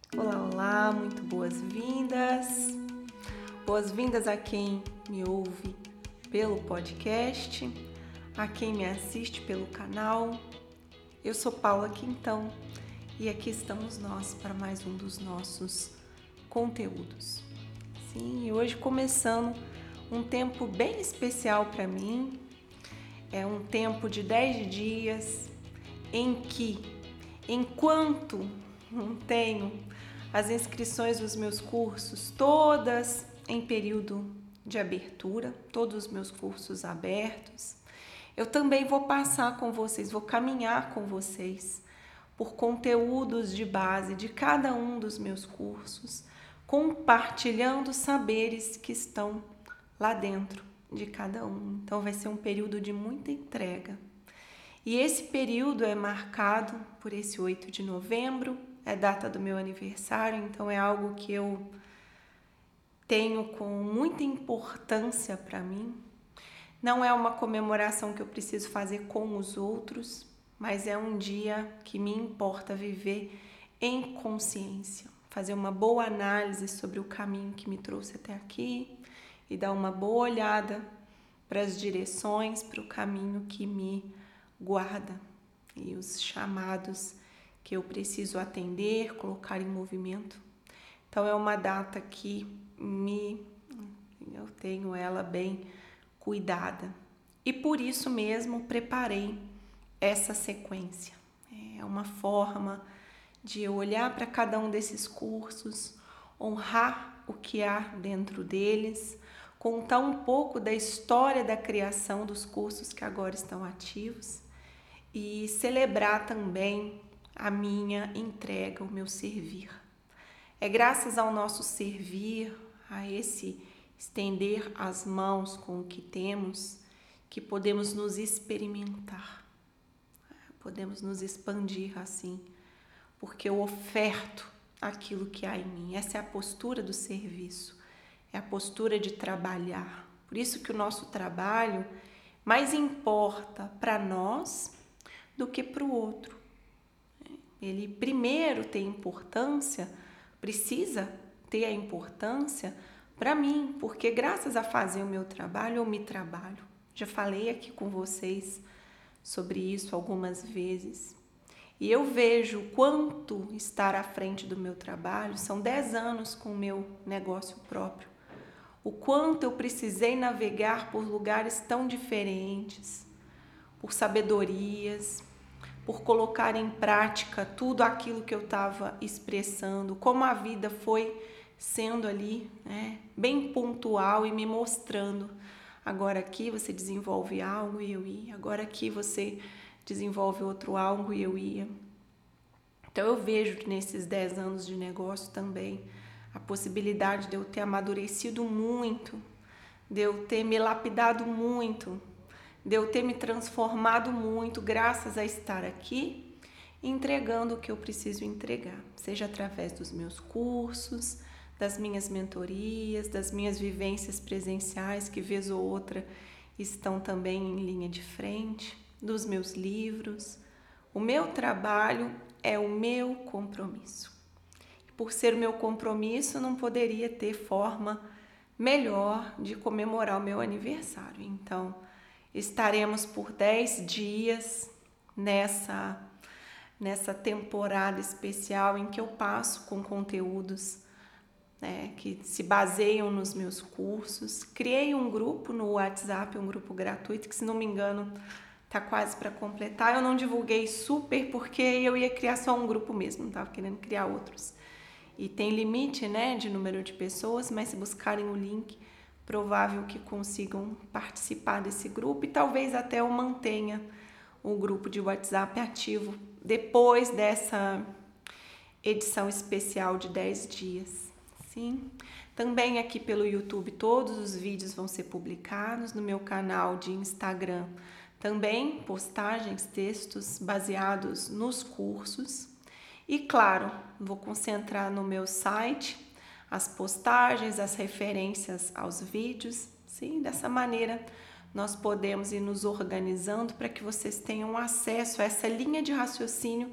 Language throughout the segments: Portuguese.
Olá, olá, muito boas-vindas. Boas-vindas a quem me ouve pelo podcast, a quem me assiste pelo canal. Eu sou Paula Quintão e aqui estamos nós para mais um dos nossos conteúdos. Sim, e hoje começando um tempo bem especial para mim. É um tempo de 10 dias em que, enquanto não tenho as inscrições dos meus cursos todas em período de abertura, todos os meus cursos abertos, eu também vou passar com vocês, vou caminhar com vocês por conteúdos de base de cada um dos meus cursos, compartilhando saberes que estão lá dentro de cada um. Então vai ser um período de muita entrega. E esse período é marcado por esse 8 de novembro, é data do meu aniversário, então é algo que eu tenho com muita importância para mim. Não é uma comemoração que eu preciso fazer com os outros, mas é um dia que me importa viver em consciência, fazer uma boa análise sobre o caminho que me trouxe até aqui e dar uma boa olhada para as direções, para o caminho que me guarda e os chamados que eu preciso atender, colocar em movimento. Então é uma data que eu tenho ela bem cuidada e por isso mesmo preparei essa sequência. É uma forma de eu olhar para cada um desses cursos, honrar o que há dentro deles, contar um pouco da história da criação dos cursos que agora estão ativos e celebrar também a minha entrega, o meu servir. É graças ao nosso servir, a esse estender as mãos com o que temos, que podemos nos experimentar, podemos nos expandir assim, porque eu oferto aquilo que há em mim. Essa é a postura do serviço, é a postura de trabalhar. Por isso que o nosso trabalho mais importa para nós do que para o outro. Ele primeiro tem importância, precisa ter a importância para mim, porque graças a fazer o meu trabalho, eu me trabalho. Já falei aqui com vocês sobre isso algumas vezes. E eu vejo quanto estar à frente do meu trabalho, são 10 anos com o meu negócio próprio, o quanto eu precisei navegar por lugares tão diferentes, por sabedorias, por colocar em prática tudo aquilo que eu estava expressando, como a vida foi sendo ali, bem pontual e me mostrando. Agora aqui você desenvolve algo e eu ia, agora aqui você desenvolve outro algo e eu ia. Então eu vejo nesses 10 anos de negócio também a possibilidade de eu ter amadurecido muito, de eu ter me lapidado muito, de eu ter me transformado muito graças a estar aqui, entregando o que eu preciso entregar, seja através dos meus cursos, das minhas mentorias, das minhas vivências presenciais, que vez ou outra estão também em linha de frente, dos meus livros. O meu trabalho é o meu compromisso. Por ser o meu compromisso, não poderia ter forma melhor de comemorar o meu aniversário. Então, estaremos por 10 dias nessa temporada especial em que eu passo com conteúdos que se baseiam nos meus cursos. Criei um grupo no WhatsApp, um grupo gratuito, que se não me engano tá quase para completar. Eu não divulguei super porque eu ia criar só um grupo mesmo, não estava querendo criar outros. E tem limite, de número de pessoas, mas se buscarem o link, provável que consigam participar desse grupo e talvez até eu mantenha o grupo de WhatsApp ativo depois dessa edição especial de 10 dias. Sim. Também aqui pelo YouTube todos os vídeos vão ser publicados, no meu canal de Instagram também postagens, textos baseados nos cursos. E claro, vou concentrar no meu site as postagens, as referências aos vídeos. Sim, dessa maneira nós podemos ir nos organizando para que vocês tenham acesso a essa linha de raciocínio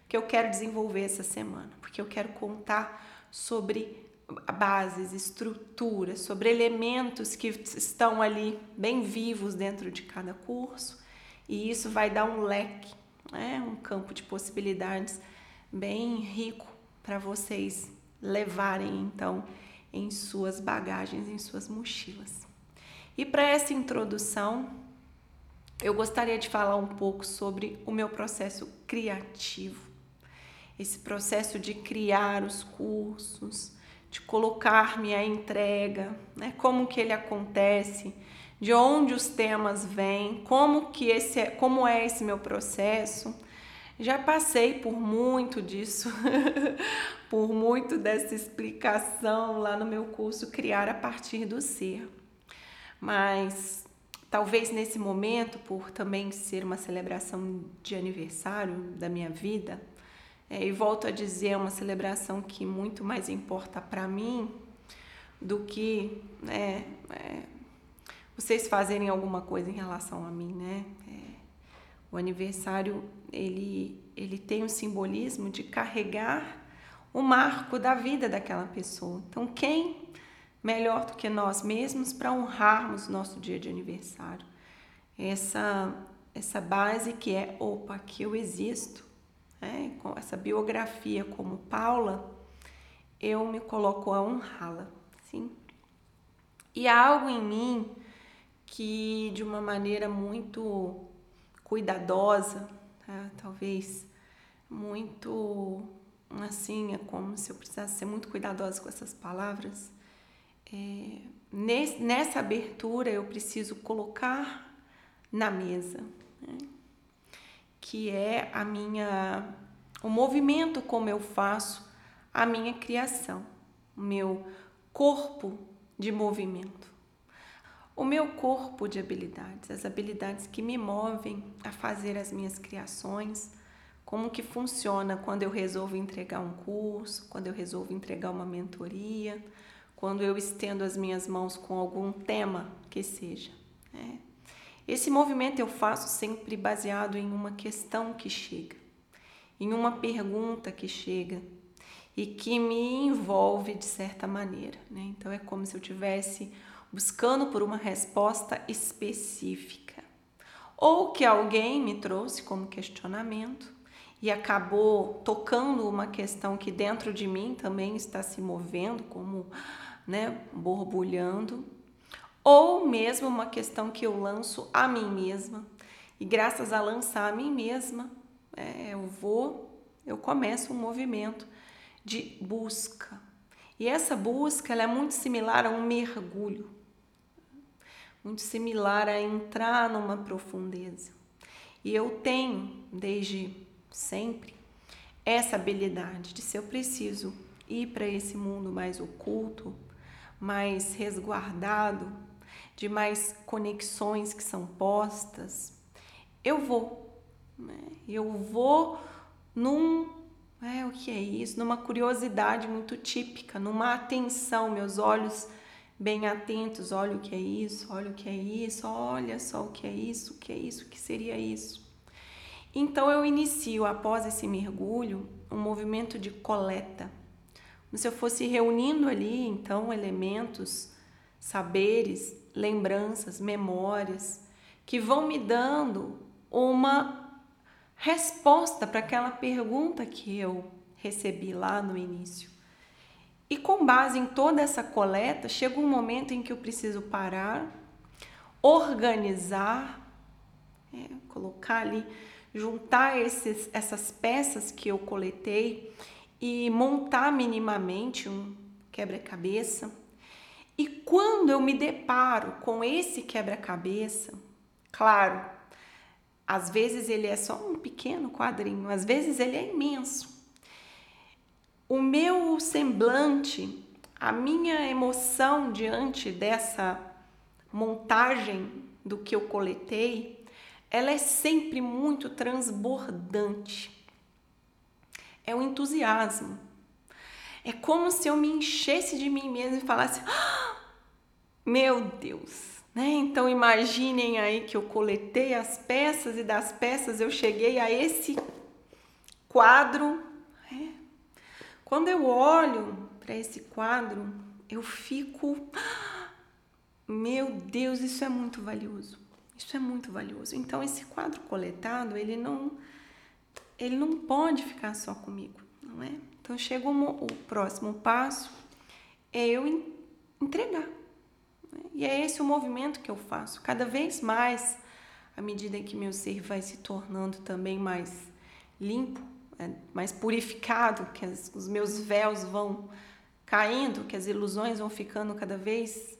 que eu quero desenvolver essa semana, porque eu quero contar sobre bases, estruturas, sobre elementos que estão ali bem vivos dentro de cada curso, e isso vai dar um leque, né? Um campo de possibilidades bem rico para vocês levarem então em suas bagagens, em suas mochilas. E para essa introdução, eu gostaria de falar um pouco sobre o meu processo criativo. Esse processo de criar os cursos, de colocar minha entrega, né? Como que ele acontece, de onde os temas vêm, como é esse meu processo. Já passei por muito disso, por muito dessa explicação lá no meu curso Criar a Partir do Ser. Mas talvez nesse momento, por também ser uma celebração de aniversário da minha vida, e volto a dizer, é uma celebração que muito mais importa para mim do que vocês fazerem alguma coisa em relação a mim, né? O aniversário, ele tem o simbolismo de carregar o marco da vida daquela pessoa. Então, quem melhor do que nós mesmos para honrarmos nosso dia de aniversário? Essa base que é, opa, que eu existo, né? Com essa biografia como Paula, eu me coloco a honrá-la, sim. E há algo em mim que, de uma maneira muito cuidadosa, tá? Talvez muito assim, é como se eu precisasse ser muito cuidadosa com essas palavras. Nessa abertura eu preciso colocar na mesa, né? Que é o movimento como eu faço a minha criação, o meu corpo de movimento, o meu corpo de habilidades, as habilidades que me movem a fazer as minhas criações, como que funciona quando eu resolvo entregar um curso, quando eu resolvo entregar uma mentoria, quando eu estendo as minhas mãos com algum tema que seja, né? Esse movimento eu faço sempre baseado em uma questão que chega, em uma pergunta que chega e que me envolve de certa maneira, né? Então é como se eu estivesse buscando por uma resposta específica, ou que alguém me trouxe como questionamento e acabou tocando uma questão que dentro de mim também está se movendo, como, né, borbulhando, ou mesmo uma questão que eu lanço a mim mesma, e graças a lançar a mim mesma, eu começo um movimento de busca. E essa busca, ela é muito similar a um mergulho, muito similar a entrar numa profundeza. E eu tenho, desde sempre, essa habilidade de, se eu preciso ir para esse mundo mais oculto, mais resguardado, de mais conexões que são postas, eu vou, né? Eu vou o que é isso? Numa curiosidade muito típica, numa atenção, meus olhos bem atentos, olha o que é isso, olha o que é isso, olha só o que é isso, o que é isso, o que seria isso. Então eu inicio, após esse mergulho, um movimento de coleta, como se eu fosse reunindo ali, então, elementos, saberes, lembranças, memórias, que vão me dando uma resposta para aquela pergunta que eu recebi lá no início. E com base em toda essa coleta, chega um momento em que eu preciso parar, organizar, colocar ali, juntar essas peças que eu coletei e montar minimamente um quebra-cabeça. E quando eu me deparo com esse quebra-cabeça, claro, às vezes ele é só um pequeno quadrinho, às vezes ele é imenso. O meu semblante, a minha emoção diante dessa montagem do que eu coletei, ela é sempre muito transbordante. É um entusiasmo. É como se eu me enchesse de mim mesma e falasse: meu Deus, né? Então imaginem aí que eu coletei as peças e das peças eu cheguei a esse quadro. Quando eu olho para esse quadro, eu fico, meu Deus, isso é muito valioso. Isso é muito valioso. Então, esse quadro coletado, ele não pode ficar só comigo, não é? Então, chega o próximo passo, é eu entregar. Né? E é esse o movimento que eu faço. Cada vez mais, à medida que meu ser vai se tornando também mais limpo, mais purificado, que os meus véus vão caindo, que as ilusões vão ficando cada vez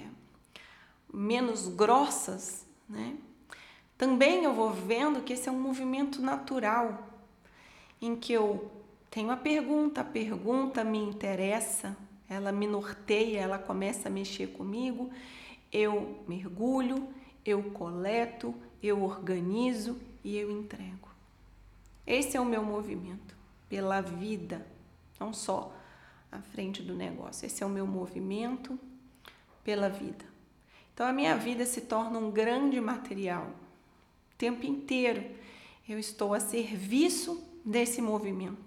menos grossas, né? Também eu vou vendo que esse é um movimento natural, em que eu tenho a pergunta me interessa, ela me norteia, ela começa a mexer comigo, eu mergulho, eu coleto, eu organizo e eu entrego. Esse é o meu movimento pela vida, não só à frente do negócio. Esse é o meu movimento pela vida. Então, a minha vida se torna um grande material. O tempo inteiro eu estou a serviço desse movimento.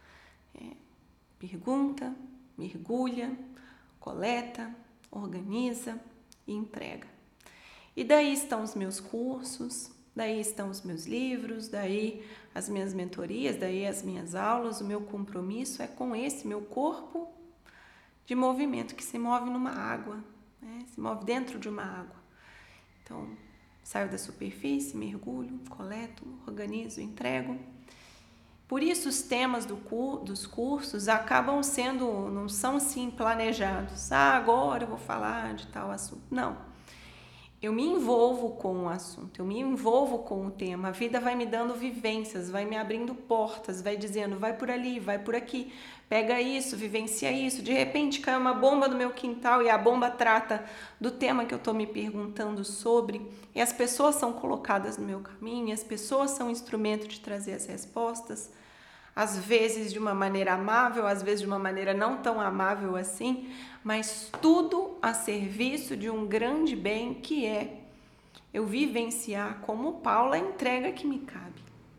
Pergunta, mergulha, coleta, organiza e entrega. E daí estão os meus cursos, daí estão os meus livros, daí as minhas mentorias, daí as minhas aulas. O meu compromisso é com esse meu corpo de movimento que se move numa água, né? Se move dentro de uma água. Então, saio da superfície, mergulho, coleto, organizo, entrego. Por isso, os temas dos cursos acabam sendo, não são assim planejados. Agora eu vou falar de tal assunto. Não. Eu me envolvo com o assunto, eu me envolvo com o tema. A vida vai me dando vivências, vai me abrindo portas, vai dizendo, vai por ali, vai por aqui, pega isso, vivencia isso. De repente cai uma bomba no meu quintal e a bomba trata do tema que eu estou me perguntando sobre. E as pessoas são colocadas no meu caminho, as pessoas são instrumento de trazer as respostas. Às vezes de uma maneira amável, às vezes de uma maneira não tão amável assim, mas tudo a serviço de um grande bem que é eu vivenciar como Paula a entrega que me cabe.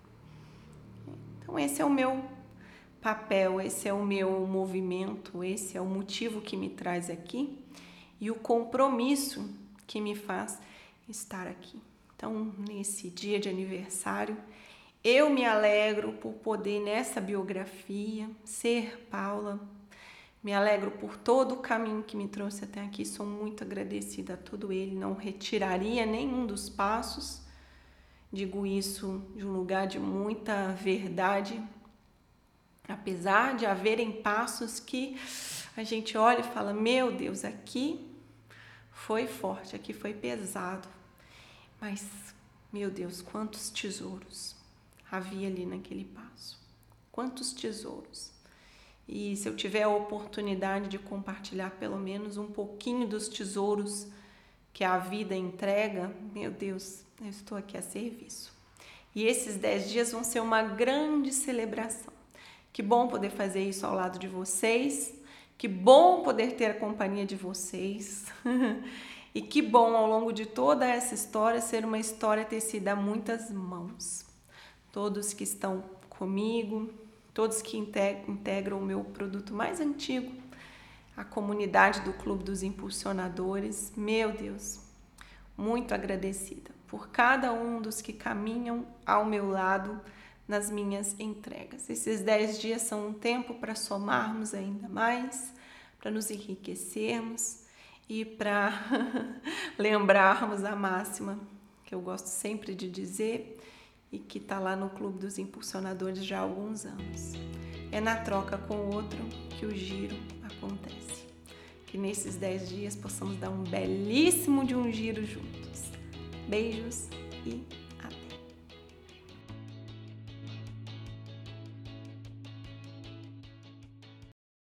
Então esse é o meu papel, esse é o meu movimento, esse é o motivo que me traz aqui e o compromisso que me faz estar aqui. Então, nesse dia de aniversário, eu me alegro por poder, nessa biografia, ser Paula. Me alegro por todo o caminho que me trouxe até aqui. Sou muito agradecida a todo ele. Não retiraria nenhum dos passos. Digo isso de um lugar de muita verdade. Apesar de haverem passos que a gente olha e fala, meu Deus, aqui foi forte, aqui foi pesado. Mas, meu Deus, quantos tesouros havia ali naquele passo. Quantos tesouros. E se eu tiver a oportunidade de compartilhar pelo menos um pouquinho dos tesouros que a vida entrega, meu Deus, eu estou aqui a serviço. E esses 10 dias vão ser uma grande celebração. Que bom poder fazer isso ao lado de vocês. Que bom poder ter a companhia de vocês. E que bom ao longo de toda essa história ser uma história tecida a muitas mãos. Todos que estão comigo, todos que integram o meu produto mais antigo, a comunidade do Clube dos Impulsionadores. Meu Deus, muito agradecida por cada um dos que caminham ao meu lado nas minhas entregas. Esses 10 dias são um tempo para somarmos ainda mais, para nos enriquecermos e para lembrarmos a máxima que eu gosto sempre de dizer, e que está lá no Clube dos Impulsionadores já há alguns anos. É na troca com o outro que o giro acontece. Que nesses 10 dias possamos dar um belíssimo de um giro juntos. Beijos e